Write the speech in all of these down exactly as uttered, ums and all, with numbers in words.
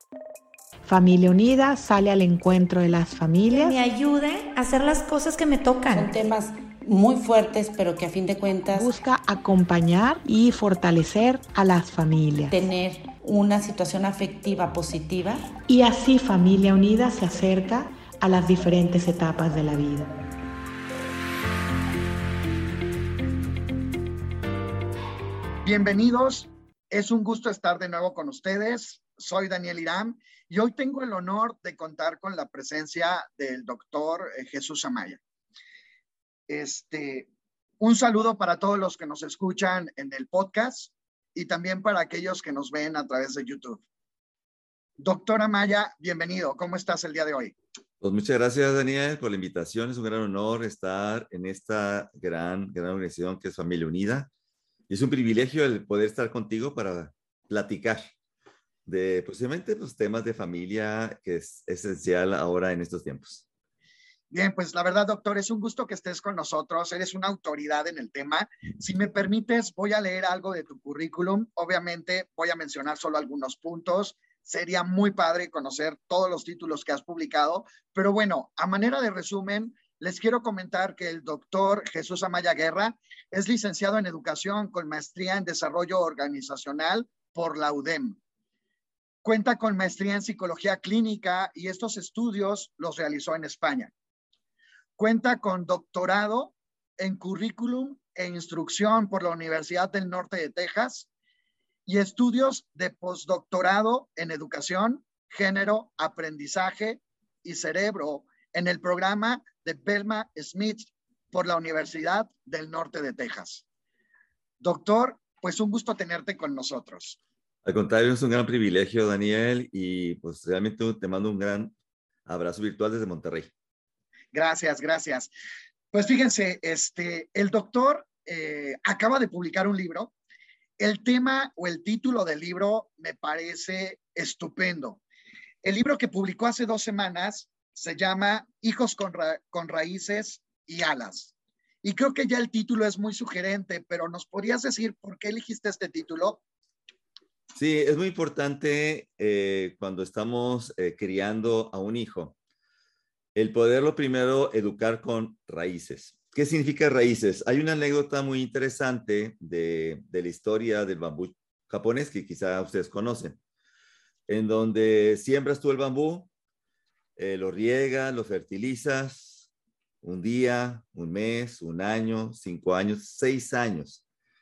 Familia Unida sale al encuentro de las familias. Que me ayude a hacer las cosas que me tocan. Son temas muy fuertes, pero que a fin de cuentas busca acompañar y fortalecer a las familias. Tener una situación afectiva positiva. Y así Familia Unida se acerca a las diferentes etapas de la vida. Bienvenidos, es un gusto estar de nuevo con ustedes. Soy Daniel Irán y hoy tengo el honor de contar con la presencia del doctor Jesús Amaya. Este, un saludo para todos los que nos escuchan en el podcast y también para aquellos que nos ven a través de YouTube. Doctor Amaya, bienvenido. ¿Cómo estás el día de hoy? Pues muchas gracias, Daniel, por la invitación. Es un gran honor estar en esta gran, gran organización que es Familia Unida. Y es un privilegio el poder estar contigo para platicar de posiblemente los temas de familia, que es esencial ahora en estos tiempos. Bien, pues la verdad, doctor, es un gusto que estés con nosotros. Eres una autoridad en el tema. Si me permites, voy a leer algo de tu currículum. Obviamente voy a mencionar solo algunos puntos. Sería muy padre conocer todos los títulos que has publicado. Pero bueno, a manera de resumen, les quiero comentar que el doctor Jesús Amaya Guerra es licenciado en Educación con maestría en Desarrollo Organizacional por la U D E M. Cuenta con maestría en Psicología Clínica y estos estudios los realizó en España. Cuenta con doctorado en Currículum e Instrucción por la Universidad del Norte de Texas y estudios de postdoctorado en Educación, Género, Aprendizaje y Cerebro en el programa de Belma Smith por la Universidad del Norte de Texas. Doctor, pues un gusto tenerte con nosotros. Al contrario, es un gran privilegio, Daniel, y pues realmente te mando un gran abrazo virtual desde Monterrey. Gracias, gracias. Pues fíjense, este, el doctor eh, acaba de publicar un libro. El tema o el título del libro me parece estupendo. El libro que publicó hace dos semanas se llama Hijos con, ra con raíces y alas. Y creo que ya el título es muy sugerente, pero ¿nos podrías decir por qué elegiste este título? Sí, es muy importante eh, cuando estamos eh, criando a un hijo, el poderlo primero educar con raíces. ¿Qué significa raíces? Hay una anécdota muy interesante de, de la historia del bambú japonés que quizá ustedes conocen, en donde siembras tú el bambú, eh, lo riegas, lo fertilizas, un día, un mes, un año, cinco años, seis años.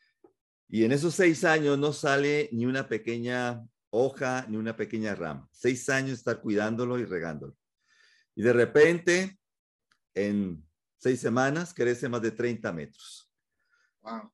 Y en esos seis años no sale ni una pequeña hoja, ni una pequeña rama. Seis años estar cuidándolo y regándolo. Y de repente, en seis semanas, crece más de treinta metros. Wow.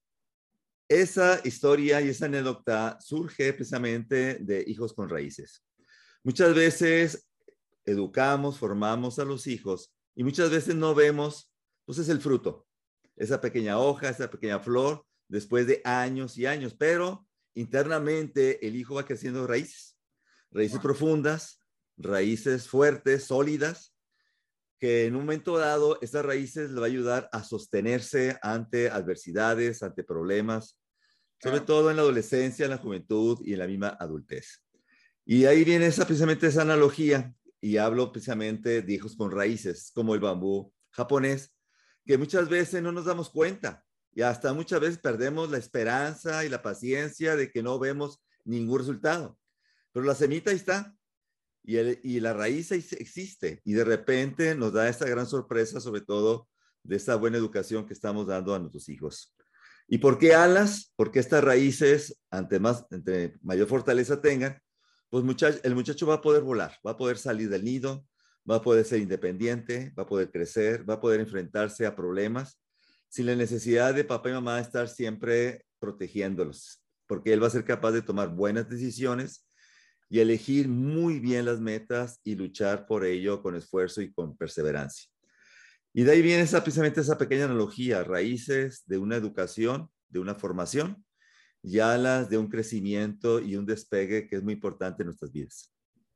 Esa historia y esa anécdota surge precisamente de Hijos con Raíces. Muchas veces educamos, formamos a los hijos y muchas veces no vemos, pues es el fruto, esa pequeña hoja, esa pequeña flor, después de años y años, pero internamente el hijo va creciendo raíces, raíces wow. profundas, raíces fuertes, sólidas, que en un momento dado estas raíces le va a ayudar a sostenerse ante adversidades, ante problemas, sobre claro. todo en la adolescencia, en la juventud y en la misma adultez. Y ahí viene esa, precisamente esa analogía, y hablo precisamente de hijos con raíces, como el bambú japonés, que muchas veces no nos damos cuenta. Y hasta muchas veces perdemos la esperanza y la paciencia de que no vemos ningún resultado. Pero la semilla ahí está y, el, y la raíz ahí existe. Y de repente nos da esta gran sorpresa, sobre todo de esta buena educación que estamos dando a nuestros hijos. ¿Y por qué alas? Porque estas raíces, ante, más, entre mayor fortaleza tengan, pues muchacho, el muchacho va a poder volar, va a poder salir del nido, va a poder ser independiente, va a poder crecer, va a poder enfrentarse a problemas sin la necesidad de papá y mamá estar siempre protegiéndolos, porque él va a ser capaz de tomar buenas decisiones y elegir muy bien las metas y luchar por ello con esfuerzo y con perseverancia. Y de ahí viene esa, precisamente esa pequeña analogía, raíces de una educación, de una formación, y alas de un crecimiento y un despegue que es muy importante en nuestras vidas.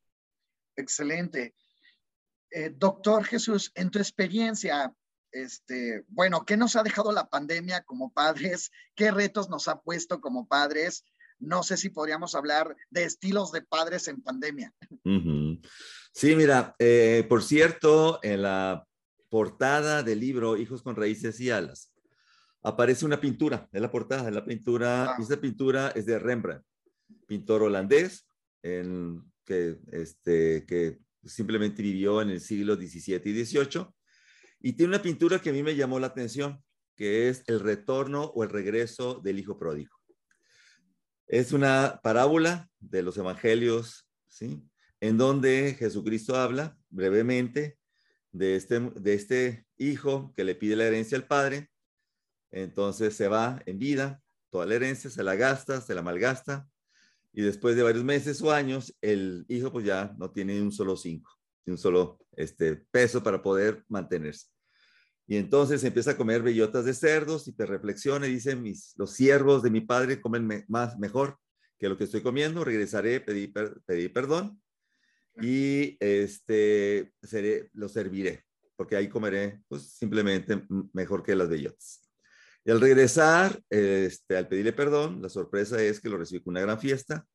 Excelente. Eh, doctor Jesús, en tu experiencia, Este, bueno, ¿qué nos ha dejado la pandemia como padres? ¿Qué retos nos ha puesto como padres? No sé si podríamos hablar de estilos de padres en pandemia. Uh-huh. Sí, mira, eh, por cierto, en la portada del libro Hijos con Raíces y Alas, aparece una pintura, en la portada, en la pintura, Ah, y esa pintura es de Rembrandt, pintor holandés, en, que, este, que simplemente vivió en el siglo diecisiete y dieciocho, y tiene una pintura que a mí me llamó la atención, que es el retorno o el regreso del hijo pródigo. Es una parábola de los evangelios, ¿sí? En donde Jesucristo habla brevemente de este, de este hijo que le pide la herencia al padre. Entonces se va en vida, toda la herencia se la gasta, se la malgasta, y después de varios meses o años, el hijo pues ya no tiene ni un solo cinco, ni un solo este, peso para poder mantenerse. Y entonces empieza a comer bellotas de cerdos y te reflexiona y dice, mis, los siervos de mi padre comen me, más, mejor que lo que estoy comiendo, regresaré, pedí, per, pedí perdón y este, seré, lo serviré, porque ahí comeré pues, simplemente mejor que las bellotas. Y al regresar, este, al pedirle perdón, la sorpresa es que lo recibe con una gran fiesta,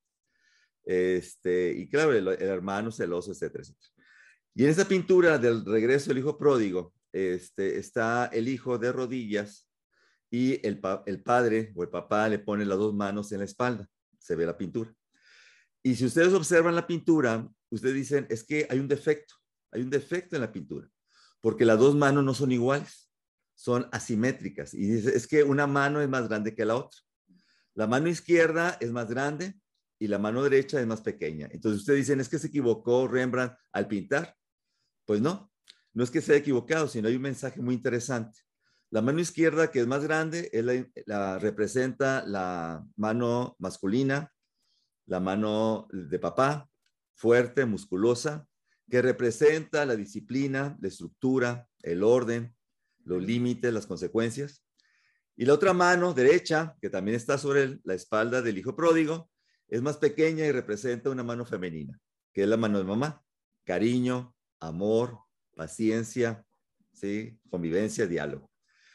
este, y claro, el, el hermano celoso, etcétera, etcétera. Y en esa pintura del regreso del hijo pródigo, este, está el hijo de rodillas y el, pa el padre o el papá le pone las dos manos en la espalda. Se ve la pintura. Y si ustedes observan la pintura, ustedes dicen, es que hay un defecto, hay un defecto en la pintura, porque las dos manos no son iguales, son asimétricas. Y dice, es que una mano es más grande que la otra. La mano izquierda es más grande y la mano derecha es más pequeña. Entonces ustedes dicen, es que se equivocó Rembrandt al pintar. Pues no, no es que se haya equivocado, sino hay un mensaje muy interesante. La mano izquierda, que es más grande, es la, la, representa la mano masculina, la mano de papá, fuerte, musculosa, que representa la disciplina, la estructura, el orden, los límites, las consecuencias. Y la otra mano derecha, que también está sobre el, la espalda del hijo pródigo, es más pequeña y representa una mano femenina, que es la mano de mamá, cariño, amor, paciencia, ¿sí? Convivencia, diálogo.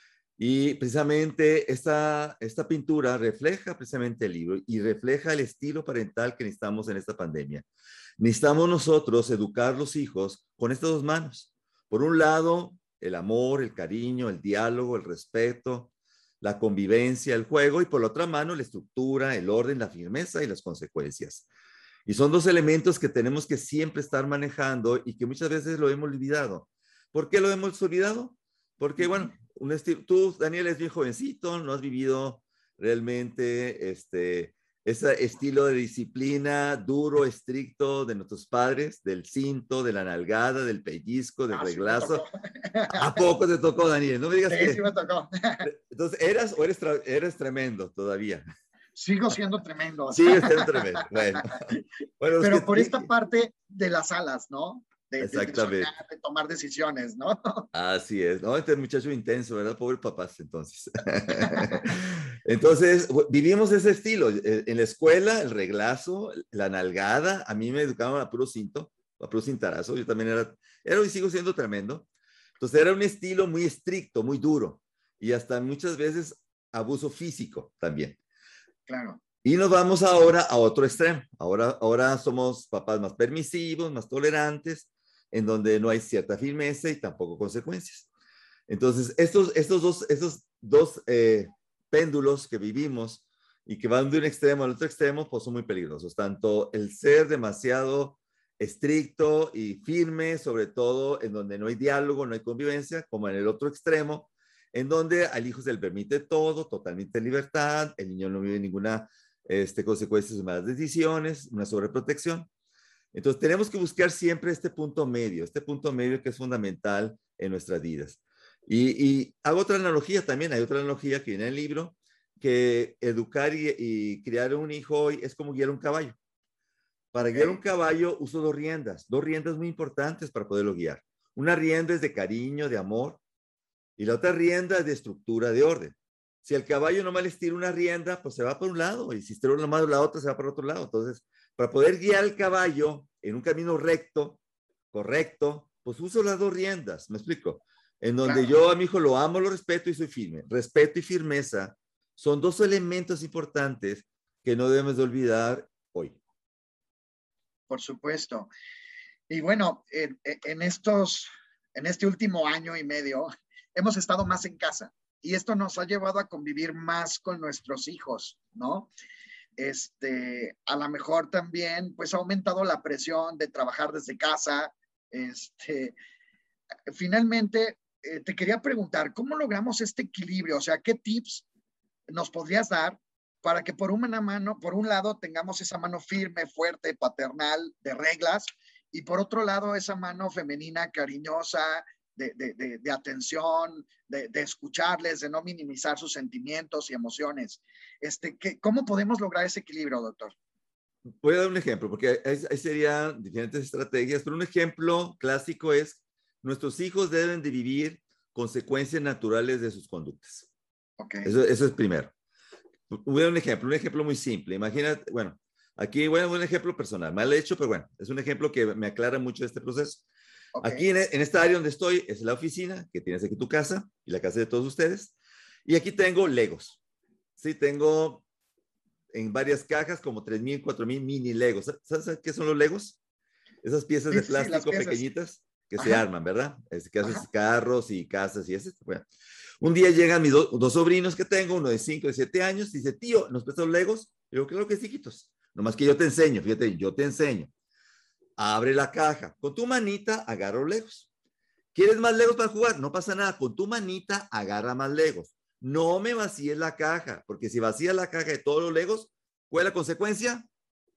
Y precisamente esta, esta pintura refleja precisamente el libro y refleja el estilo parental que necesitamos en esta pandemia. Necesitamos nosotros educar a los hijos con estas dos manos. Por un lado, el amor, el cariño, el diálogo, el respeto, la convivencia, el juego, y por la otra mano, la estructura, el orden, la firmeza y las consecuencias. Y son dos elementos que tenemos que siempre estar manejando y que muchas veces lo hemos olvidado. ¿Por qué lo hemos olvidado? Porque, bueno, un estilo, tú, Daniel, es bien jovencito, no has vivido realmente este, ese estilo de disciplina duro, estricto de nuestros padres, del cinto, de la nalgada, del pellizco, del ah, reglazo. Sí ¿A poco te tocó, Daniel? No me digas sí, que... Sí, me tocó. Entonces, ¿eras o eres, eres tremendo todavía? Sigo siendo tremendo. Sigo siendo tremendo. Bueno. Bueno, pero que... por esta parte de las alas, ¿no? De, Exactamente. De, de, soñar, de tomar decisiones, ¿no? Así es. No, este muchacho intenso, ¿verdad? Pobre papás, entonces. Entonces, vivimos ese estilo. En la escuela, el reglazo, la nalgada, a mí me educaban a puro cinto, a puro cintarazo. Yo también era, era y sigo siendo tremendo. Entonces, era un estilo muy estricto, muy duro. Y hasta muchas veces abuso físico también. Claro. Y nos vamos ahora a otro extremo. Ahora, ahora somos papás más permisivos, más tolerantes, en donde no hay cierta firmeza y tampoco consecuencias. Entonces, estos, estos dos, estos dos eh, péndulos que vivimos y que van de un extremo al otro extremo, pues son muy peligrosos. Tanto el ser demasiado estricto y firme, sobre todo en donde no hay diálogo, no hay convivencia, como en el otro extremo, en donde al hijo se le permite todo, totalmente libertad, el niño no vive ninguna este, consecuencia de malas decisiones, una sobreprotección. Entonces tenemos que buscar siempre este punto medio, este punto medio que es fundamental en nuestras vidas. Y, y hago otra analogía también, hay otra analogía que viene en el libro, que educar y, y criar un hijo hoy es como guiar un caballo. Para guiar un caballo uso dos riendas, dos riendas muy importantes para poderlo guiar. Una rienda es de cariño, de amor, y la otra rienda es de estructura, de orden. Si el caballo nomás le estira una rienda, pues se va por un lado, y si estira nomás la otra, se va por otro lado. Entonces, para poder guiar al caballo en un camino recto, correcto, pues uso las dos riendas, ¿me explico? En donde claro. Yo a mi hijo lo amo, lo respeto y soy firme. Respeto y firmeza son dos elementos importantes que no debemos de olvidar hoy. por supuesto. Y bueno, en, en, estos, en este último año y medio hemos estado más en casa y esto nos ha llevado a convivir más con nuestros hijos, ¿no? Este, a lo mejor también pues ha aumentado la presión de trabajar desde casa. Este, finalmente, eh, te quería preguntar, ¿cómo logramos este equilibrio? O sea, ¿qué tips nos podrías dar para que por una mano, por un lado tengamos esa mano firme, fuerte, paternal, de reglas, y por otro lado esa mano femenina, cariñosa, de, de, de, de atención, de, de escucharles, de no minimizar sus sentimientos y emociones? Este, ¿qué, ¿Cómo podemos lograr ese equilibrio, doctor? Voy a dar un ejemplo, porque ahí serían diferentes estrategias, pero un ejemplo clásico es: nuestros hijos deben de vivir consecuencias naturales de sus conductas. Okay. Eso, eso es primero. Voy a dar un ejemplo, un ejemplo muy simple. Imagínate, bueno, aquí voy a dar un ejemplo personal, mal hecho, pero bueno, es un ejemplo que me aclara mucho este proceso. Okay. Aquí en, en esta área donde estoy es la oficina, que tienes aquí tu casa y la casa de todos ustedes. Y aquí tengo Legos. Sí, tengo en varias cajas como tres mil, cuatro mil mini Legos. ¿Sabes qué son los Legos? Esas piezas sí, de plástico sí, piezas pequeñitas que Ajá. se arman, ¿verdad? Es que haces carros y casas y eso. Bueno, un día llegan mis do, dos sobrinos que tengo, uno de cinco y siete años, y dice: tío, ¿nos prestas los Legos? Y yo, claro que sí, hijitos. Nomás que yo te enseño, fíjate, yo te enseño. Abre la caja. Con tu manita agarra los Legos. ¿Quieres más Legos para jugar? No pasa nada. Con tu manita agarra más Legos. No me vacíes la caja, porque si vacías la caja de todos los Legos, ¿cuál es la consecuencia?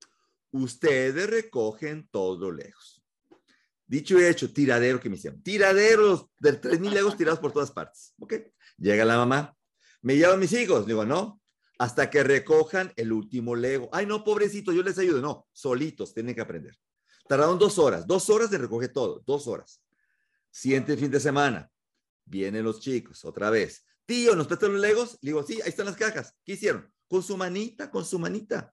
Ustedes recogen todos los Legos. Dicho y hecho, tiradero que me hicieron. Tiraderos de tres mil Legos tirados por todas partes. ¿Ok? Llega la mamá. ¿Me llevan mis hijos? Digo, no. Hasta que recojan el último Lego. Ay, no, pobrecito, yo les ayudo. No, solitos, tienen que aprender. Tardaron dos horas. Dos horas de recoger todo. Dos horas. Siguiente fin de semana. Vienen los chicos, otra vez. Tío, ¿nos prestan los Legos? Le digo, sí, ahí están las cajas. ¿Qué hicieron? Con su manita, con su manita.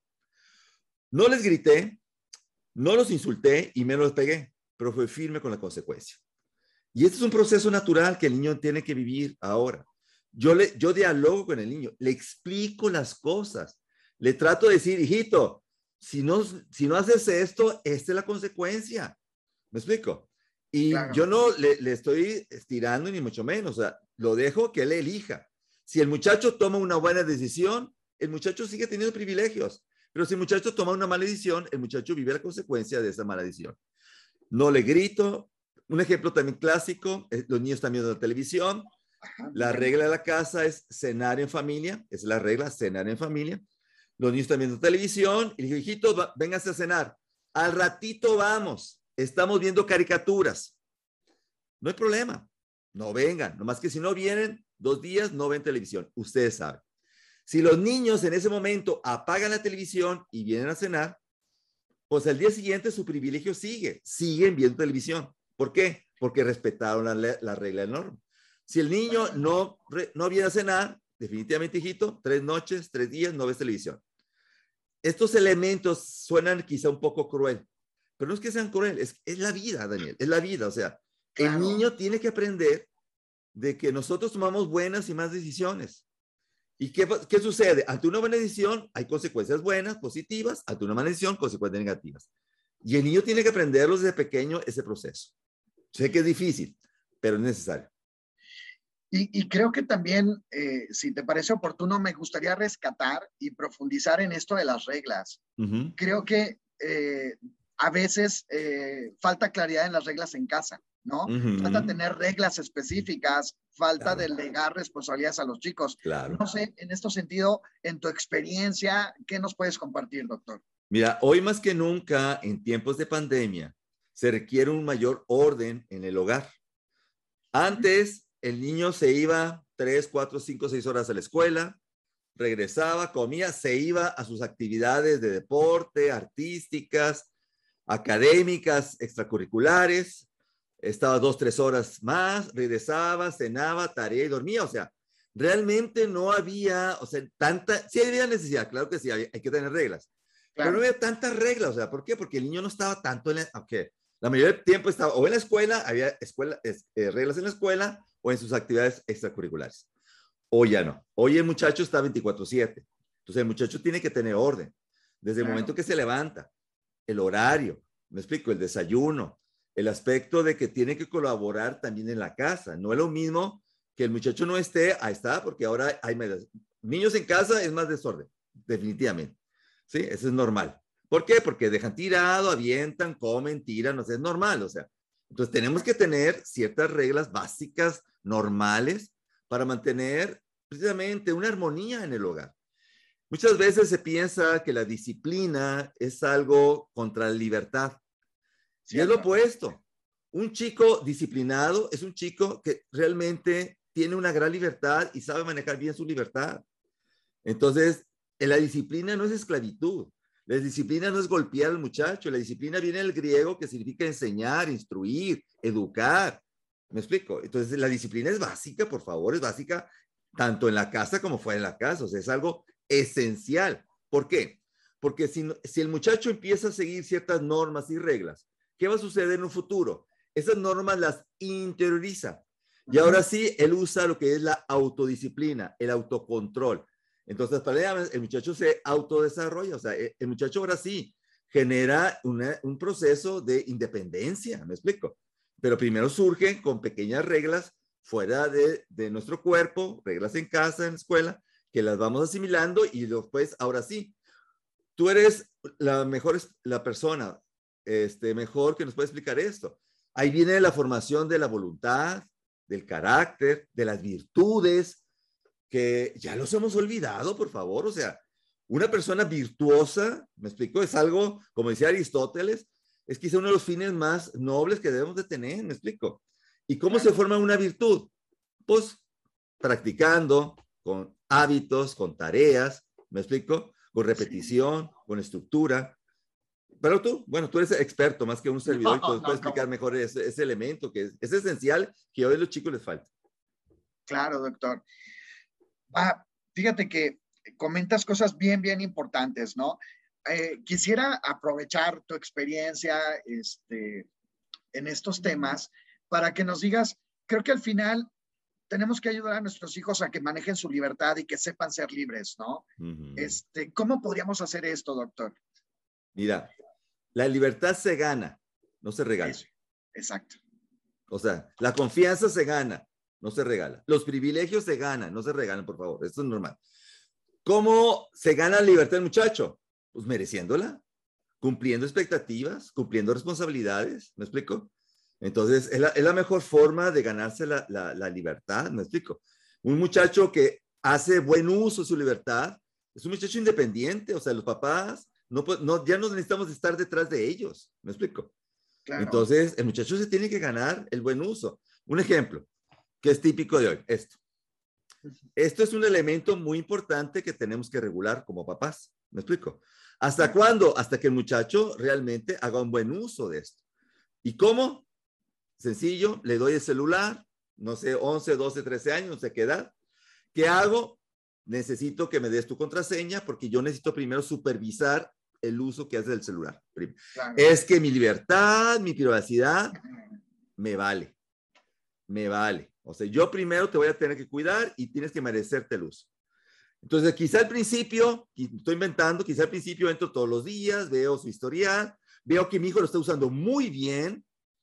No les grité, no los insulté y me los pegué, pero fue firme con la consecuencia. Y este es un proceso natural que el niño tiene que vivir ahora. Yo, le, yo dialogo con el niño, le explico las cosas, le trato de decir: hijito, si no, si no haces esto, esta es la consecuencia. ¿Me explico? Y claro, yo no le, le estoy estirando ni mucho menos, o sea, lo dejo que él elija. Si el muchacho toma una buena decisión, el muchacho sigue teniendo privilegios. Pero si el muchacho toma una mala decisión, el muchacho vive la consecuencia de esa mala decisión. No le grito. Un ejemplo también clásico, los niños están viendo la televisión. La regla de la casa es cenar en familia. Esa es la regla, cenar en familia. Los niños están viendo televisión y le digo: hijitos, vénganse a cenar. Al ratito vamos. Estamos viendo caricaturas. No hay problema. No vengan. Nomás que si no vienen dos días, no ven televisión. Ustedes saben. Si los niños en ese momento apagan la televisión y vienen a cenar, pues al día siguiente su privilegio sigue. Siguen viendo televisión. ¿Por qué? Porque respetaron la, la regla del norma. Si el niño no, no viene a cenar, definitivamente, hijito, tres noches, tres días, no ves televisión. Estos elementos suenan quizá un poco cruel, pero no es que sean cruel, es, es la vida, Daniel, es la vida. O sea, claro, el niño tiene que aprender de que nosotros tomamos buenas y más decisiones. ¿Y qué, qué sucede? Ante una buena decisión hay consecuencias buenas, positivas; ante una mala decisión, consecuencias negativas. Y el niño tiene que aprenderlo desde pequeño ese proceso. Sé que es difícil, pero es necesario. Y, y creo que también, eh, si te parece oportuno, me gustaría rescatar y profundizar en esto de las reglas. Uh-huh. Creo que eh, a veces eh, falta claridad en las reglas en casa, ¿no? Uh-huh. Falta tener reglas específicas, falta claro. delegar responsabilidades a los chicos. Claro. No sé, en este sentido, en tu experiencia, ¿qué nos puedes compartir, doctor? Mira, hoy más que nunca, en tiempos de pandemia, se requiere un mayor orden en el hogar. Antes, el niño se iba tres, cuatro, cinco, seis horas a la escuela, regresaba, comía, se iba a sus actividades de deporte, artísticas, académicas, extracurriculares, estaba dos, tres horas más, regresaba, cenaba, tarea y dormía. O sea, realmente no había, o sea, tanta, sí había necesidad, claro que sí, hay, hay que tener reglas, claro, pero no había tantas reglas. O sea, ¿por qué? Porque el niño no estaba tanto en la, okay, la mayoría del tiempo estaba o en la escuela, había escuela, es, eh, reglas en la escuela, o en sus actividades extracurriculares. Hoy ya no. Hoy el muchacho está veinticuatro siete. Entonces el muchacho tiene que tener orden. Desde el claro. momento que se levanta, el horario, me explico, el desayuno, el aspecto de que tiene que colaborar también en la casa. No es lo mismo que el muchacho no esté, ahí está, porque ahora hay medidas. Niños en casa es más desorden, definitivamente. Sí, eso es normal. ¿Por qué? Porque dejan tirado, avientan, comen, tiran, o sea, es normal, o sea. Entonces tenemos que tener ciertas reglas básicas, normales, para mantener precisamente una armonía en el hogar. Muchas veces se piensa que la disciplina es algo contra la libertad. Y es lo opuesto. Un chico disciplinado es un chico que realmente tiene una gran libertad y sabe manejar bien su libertad. Entonces, la disciplina no es esclavitud. La disciplina no es golpear al muchacho. La disciplina viene del griego, que significa enseñar, instruir, educar. ¿Me explico? Entonces, la disciplina es básica, por favor, es básica tanto en la casa como fuera de la casa. O sea, es algo esencial. ¿Por qué? Porque si, si el muchacho empieza a seguir ciertas normas y reglas, ¿qué va a suceder en un futuro? Esas normas las interioriza. Y ahora sí, él usa lo que es la autodisciplina, el autocontrol. Entonces, para el muchacho se autodesarrolla. O sea, el muchacho ahora sí genera una, un proceso de independencia. ¿Me explico? Pero primero surgen con pequeñas reglas fuera de, de nuestro cuerpo, reglas en casa, en la escuela, que las vamos asimilando y después, ahora sí, tú eres la mejor, la persona este, mejor que nos puede explicar esto. Ahí viene la formación de la voluntad, del carácter, de las virtudes, que ya los hemos olvidado, por favor. O sea, una persona virtuosa, me explico, es algo, como decía Aristóteles, es quizá uno de los fines más nobles que debemos de tener, me explico. ¿Y cómo se forma una virtud? Pues practicando, con hábitos, con tareas, me explico, con repetición, con estructura. Pero tú, bueno, tú eres experto más que un servidor, no, y tú no, puedes explicar ¿cómo? Mejor ese, ese elemento que es, es esencial, que hoy a los chicos les falta. Claro, doctor. Ah, fíjate que comentas cosas bien, bien importantes, ¿no? Eh, quisiera aprovechar tu experiencia este, en estos temas para que nos digas, creo que al final tenemos que ayudar a nuestros hijos a que manejen su libertad y que sepan ser libres, ¿no? Uh-huh. Este, ¿cómo podríamos hacer esto, doctor? Mira, la libertad se gana, no se regala. Eso, exacto. O sea, la confianza se gana, no se regala. Los privilegios se ganan, no se regalan, por favor. Esto es normal. ¿Cómo se gana la libertad del muchacho? Pues mereciéndola, cumpliendo expectativas, cumpliendo responsabilidades, ¿me explico? Entonces, es la, es la mejor forma de ganarse la, la, la libertad, ¿me explico? Un muchacho que hace buen uso de su libertad es un muchacho independiente, o sea, los papás no, no, ya no necesitamos estar detrás de ellos, ¿me explico? Claro. Entonces, el muchacho se tiene que ganar el buen uso. Un ejemplo que es típico de hoy, esto. Esto es un elemento muy importante que tenemos que regular como papás, ¿me explico? ¿Hasta cuándo? Hasta que el muchacho realmente haga un buen uso de esto. ¿Y cómo? Sencillo, le doy el celular, no sé, once, doce, trece años, no sé qué edad. ¿Qué hago? Necesito que me des tu contraseña porque yo necesito primero supervisar el uso que hace del celular. Claro. Es que mi libertad, mi privacidad, me vale. Me vale. O sea, yo primero te voy a tener que cuidar y tienes que merecerte el uso. Entonces, quizá al principio, estoy inventando, quizá al principio entro todos los días, veo su historial, veo que mi hijo lo está usando muy bien,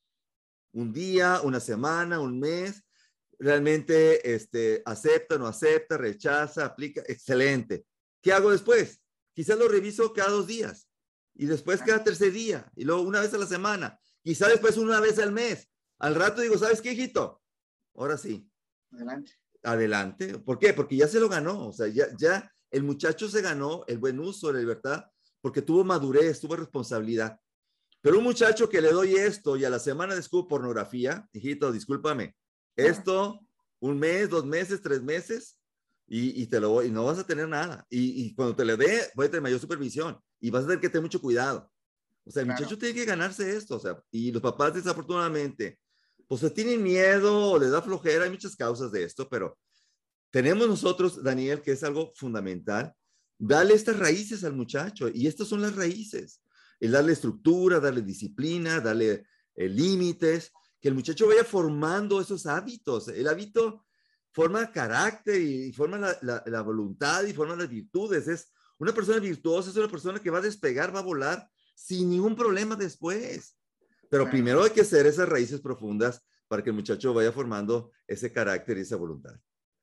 un día, una semana, un mes, realmente este, acepta, no acepta, rechaza, aplica, excelente. ¿Qué hago después? Quizás lo reviso cada dos días y después cada tercer día y luego una vez a la semana, quizá después una vez al mes. Al rato digo, ¿sabes qué, hijito? Ahora sí. Adelante. Adelante. ¿Por qué? Porque ya se lo ganó. O sea, ya, ya el muchacho se ganó el buen uso de la libertad porque tuvo madurez, tuvo responsabilidad. Pero un muchacho que le doy esto y a la semana descubro pornografía, hijito, discúlpame, esto, un mes, dos meses, tres meses, y, y te lo voy, y no vas a tener nada. Y, y cuando te le dé, voy a tener mayor supervisión y vas a tener que tener mucho cuidado. O sea, el claro. muchacho tiene que ganarse esto. O sea, y los papás, desafortunadamente, pues se tienen miedo o les da flojera. Hay muchas causas de esto, pero tenemos nosotros, Daniel, que es algo fundamental, darle estas raíces al muchacho. Y estas son las raíces. El darle estructura, darle disciplina, darle eh, límites, que el muchacho vaya formando esos hábitos. El hábito forma carácter y, y forma la, la, la voluntad y forma las virtudes. Es una persona virtuosa, es una persona que va a despegar, va a volar, sin ningún problema después. Pero primero hay que hacer esas raíces profundas para que el muchacho vaya formando ese carácter y esa voluntad.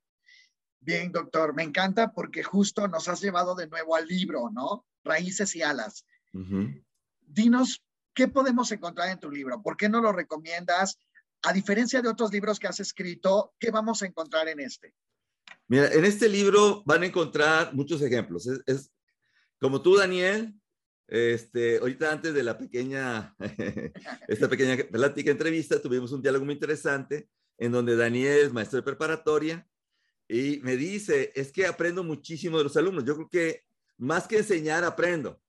Bien, doctor, me encanta porque justo nos has llevado de nuevo al libro, ¿no? Raíces y alas. Uh-huh. Dinos, ¿qué podemos encontrar en tu libro? ¿Por qué no lo recomiendas? A diferencia de otros libros que has escrito, ¿qué vamos a encontrar en este? Mira, en este libro van a encontrar muchos ejemplos. Es, es como tú, Daniel, este, ahorita antes de la pequeña, esta pequeña plática, entrevista, tuvimos un diálogo muy interesante en donde Daniel es maestro de preparatoria y me dice, es que aprendo muchísimo de los alumnos. Yo creo que más que enseñar, aprendo.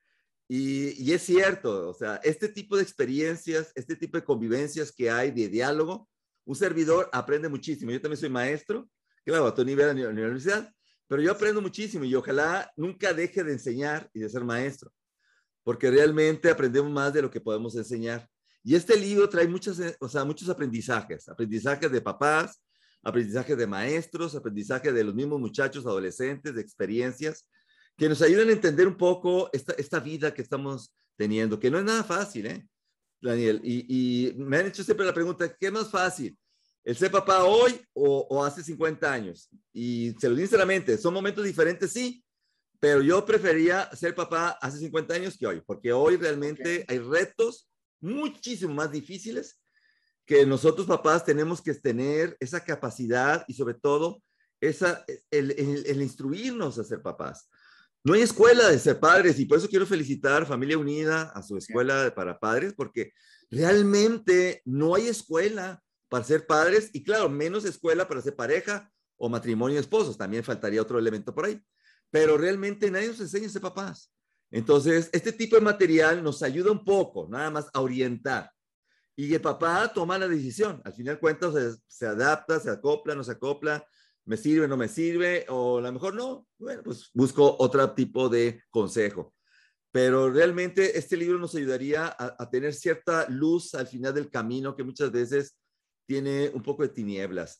Y, y es cierto, o sea, este tipo de experiencias, este tipo de convivencias que hay de diálogo, un servidor aprende muchísimo. Yo también soy maestro, claro, a tu nivel en la universidad, pero yo aprendo muchísimo y ojalá nunca deje de enseñar y de ser maestro, porque realmente aprendemos más de lo que podemos enseñar. Y este libro trae muchas, o sea, muchos aprendizajes, aprendizajes de papás, aprendizajes de maestros, aprendizajes de los mismos muchachos, adolescentes, de experiencias, que nos ayudan a entender un poco esta, esta vida que estamos teniendo, que no es nada fácil, ¿eh, Daniel? Y, y me han hecho siempre la pregunta, ¿qué es más fácil? ¿El ser papá hoy o, o hace cincuenta años? Y se lo digo sinceramente, son momentos diferentes, sí, pero yo prefería ser papá hace cincuenta años que hoy, porque hoy realmente okay. hay retos muchísimo más difíciles que nosotros papás tenemos que tener esa capacidad y sobre todo esa, el, el, el instruirnos a ser papás. No hay escuela de ser padres y por eso quiero felicitar a Familia Unida, a su escuela para padres, porque realmente no hay escuela para ser padres y claro, menos escuela para ser pareja o matrimonio de esposos. También faltaría otro elemento por ahí. Pero realmente nadie nos enseña a ser papás. Entonces, este tipo de material nos ayuda un poco, nada más a orientar. Y el papá toma la decisión. Al final de cuentas, se, se adapta, se acopla, no se acopla, me sirve, no me sirve, o a lo mejor no. Bueno, pues busco otro tipo de consejo. Pero realmente este libro nos ayudaría a, a tener cierta luz al final del camino que muchas veces tiene un poco de tinieblas.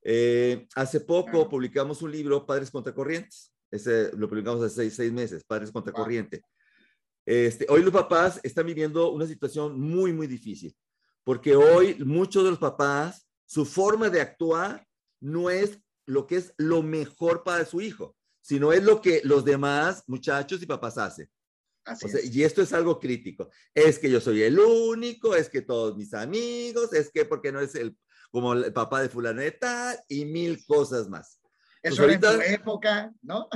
Eh, hace poco publicamos un libro, Padres Contracorrientes. Ese lo publicamos hace seis, seis meses, Padres Contracorriente. Este, hoy los papás están viviendo una situación muy, muy difícil, porque hoy muchos de los papás, su forma de actuar no es lo que es lo mejor para su hijo, sino es lo que los demás muchachos y papás hacen. Así o sea, es. Y esto es algo crítico. Es que yo soy el único, es que todos mis amigos, es que porque no es el, como el papá de fulaneta y mil cosas más. Eso pues era ahorita, en tu época, ¿no?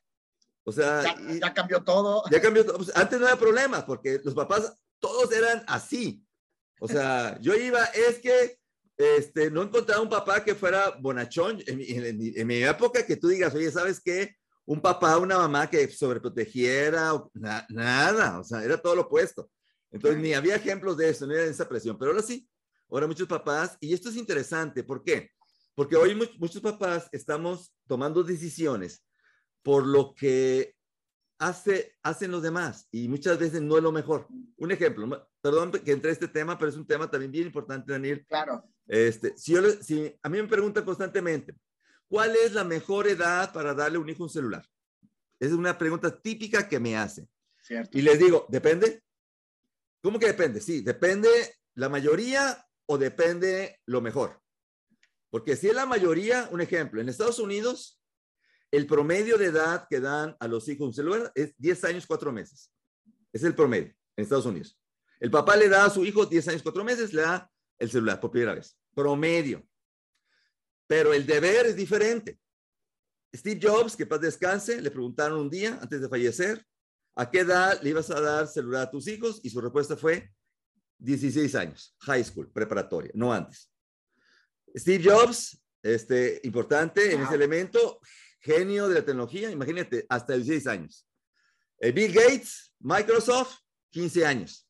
O sea, ya, ya cambió todo. Ya cambió todo. Pues antes no había problemas porque los papás todos eran así. O sea, yo iba, es que este, no encontraba un papá que fuera bonachón. En mi, en, en, en mi época que tú digas, oye, ¿sabes qué? Un papá, una mamá que sobreprotegiera, na, nada. O sea, era todo lo opuesto. Entonces, ni había ejemplos de eso, no era esa presión. Pero ahora sí, ahora muchos papás, y esto es interesante, ¿por qué? Porque hoy muchos, muchos papás estamos tomando decisiones por lo que hace, hacen los demás y muchas veces no es lo mejor. Un ejemplo, perdón que entre este tema, pero es un tema también bien importante, Daniel. Claro. Este, si, yo, si a mí me preguntan constantemente, ¿cuál es la mejor edad para darle a un hijo un celular? Es una pregunta típica que me hacen. Cierto. Y les digo, ¿depende? ¿Cómo que depende? Sí, depende la mayoría o depende lo mejor. Porque si es la mayoría, un ejemplo, en Estados Unidos, el promedio de edad que dan a los hijos un celular es diez años, cuatro meses. Es el promedio en Estados Unidos. El papá le da a su hijo diez años, cuatro meses, le da el celular por primera vez. Promedio. Pero el deber es diferente. Steve Jobs, que paz descanse, le preguntaron un día antes de fallecer, ¿a qué edad le ibas a dar celular a tus hijos? Y su respuesta fue dieciséis años, high school, preparatoria, no antes. Steve Jobs, este, importante en ese elemento, genio de la tecnología, imagínate, hasta dieciséis años. Eh, Bill Gates, Microsoft, quince años.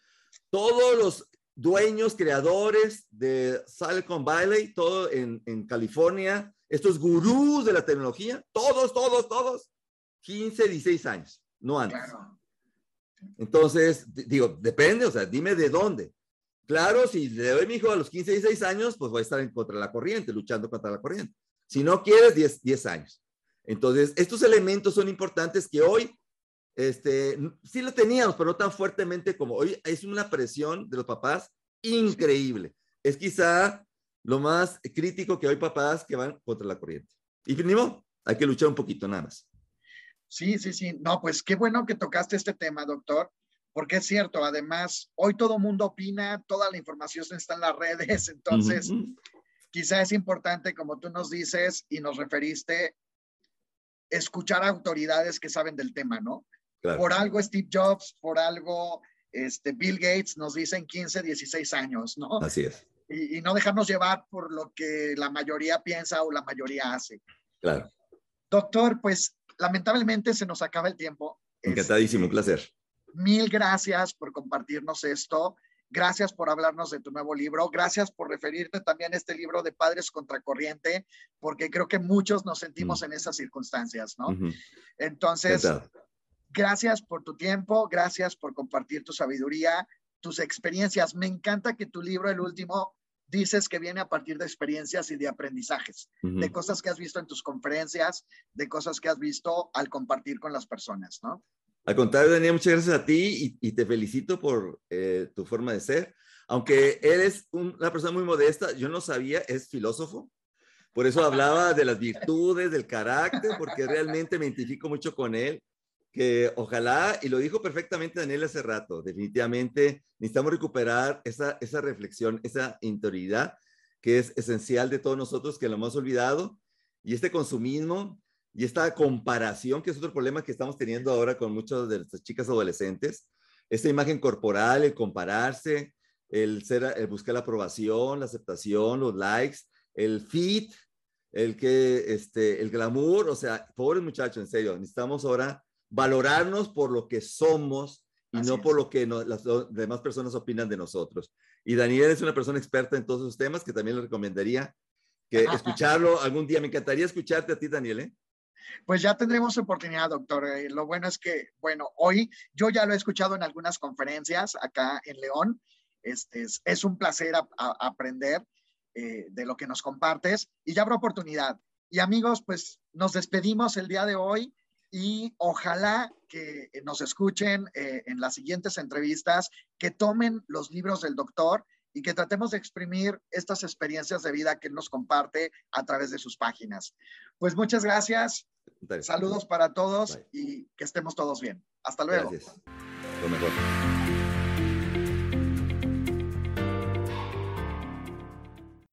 Todos los dueños, creadores de Silicon Valley, todo en, en California, estos gurús de la tecnología, todos, todos, todos, quince, dieciséis años, no antes. Claro. Entonces, digo, depende, o sea, dime de dónde. Claro, si le doy a mi hijo a los quince, dieciséis años, pues voy a estar en contra de la corriente, luchando contra la corriente. Si no quieres, diez, diez años. Entonces, estos elementos son importantes que hoy este, sí lo teníamos, pero no tan fuertemente como hoy. Es una presión de los papás increíble. Es quizá lo más crítico que hay papás que van contra la corriente. Y ni modo, hay que luchar un poquito nada más. Sí, sí, sí. No, pues qué bueno que tocaste este tema, doctor, porque es cierto, además, hoy todo mundo opina, toda la información está en las redes, entonces uh-huh. quizá es importante, como tú nos dices y nos referiste, escuchar a autoridades que saben del tema, ¿no? Claro. Por algo Steve Jobs, por algo este, Bill Gates nos dicen quince, dieciséis años, ¿no? Así es. Y, y no dejarnos llevar por lo que la mayoría piensa o la mayoría hace. Claro. Doctor, pues lamentablemente se nos acaba el tiempo. Encantadísimo, un placer. Mil gracias por compartirnos esto. Gracias por hablarnos de tu nuevo libro. Gracias por referirte también a este libro de Padres Contracorriente, porque creo que muchos nos sentimos mm. en esas circunstancias, ¿no? Uh-huh. Entonces, gracias por tu tiempo, gracias por compartir tu sabiduría, tus experiencias. Me encanta que tu libro, el último, dices que viene a partir de experiencias y de aprendizajes, uh-huh. de cosas que has visto en tus conferencias, de cosas que has visto al compartir con las personas, ¿no? Al contrario, Daniel, muchas gracias a ti y, y te felicito por eh, tu forma de ser. Aunque eres un, una persona muy modesta, yo no sabía, es filósofo. Por eso hablaba de las virtudes, del carácter, porque realmente me identifico mucho con él. Que ojalá, y lo dijo perfectamente Daniel hace rato, definitivamente necesitamos recuperar esa, esa reflexión, esa interioridad que es esencial de todos nosotros, que lo hemos olvidado, y este consumismo y esta comparación, que es otro problema que estamos teniendo ahora con muchas de nuestras chicas adolescentes, esta imagen corporal, el compararse, el, ser, el buscar la aprobación, la aceptación, los likes, el fit, el, que, este, el glamour, o sea, pobres muchachos, en serio, necesitamos ahora valorarnos por lo que somos y Así no es. por lo que no, las demás personas opinan de nosotros. Y Daniel es una persona experta en todos esos temas que también le recomendaría que escucharlo algún día. Me encantaría escucharte a ti, Daniel, ¿eh? Pues ya tendremos oportunidad, doctor. Eh, lo bueno es que, bueno, hoy yo ya lo he escuchado en algunas conferencias acá en León. Este, es, es un placer a, a aprender eh, de lo que nos compartes y ya habrá oportunidad. Y amigos, pues nos despedimos el día de hoy. Y ojalá que nos escuchen eh, en las siguientes entrevistas, que tomen los libros del doctor y que tratemos de exprimir estas experiencias de vida que él nos comparte a través de sus páginas. Pues muchas gracias. Dale. Saludos para todos. Bye. Y que estemos todos bien. Hasta luego. Gracias. Lo mejor.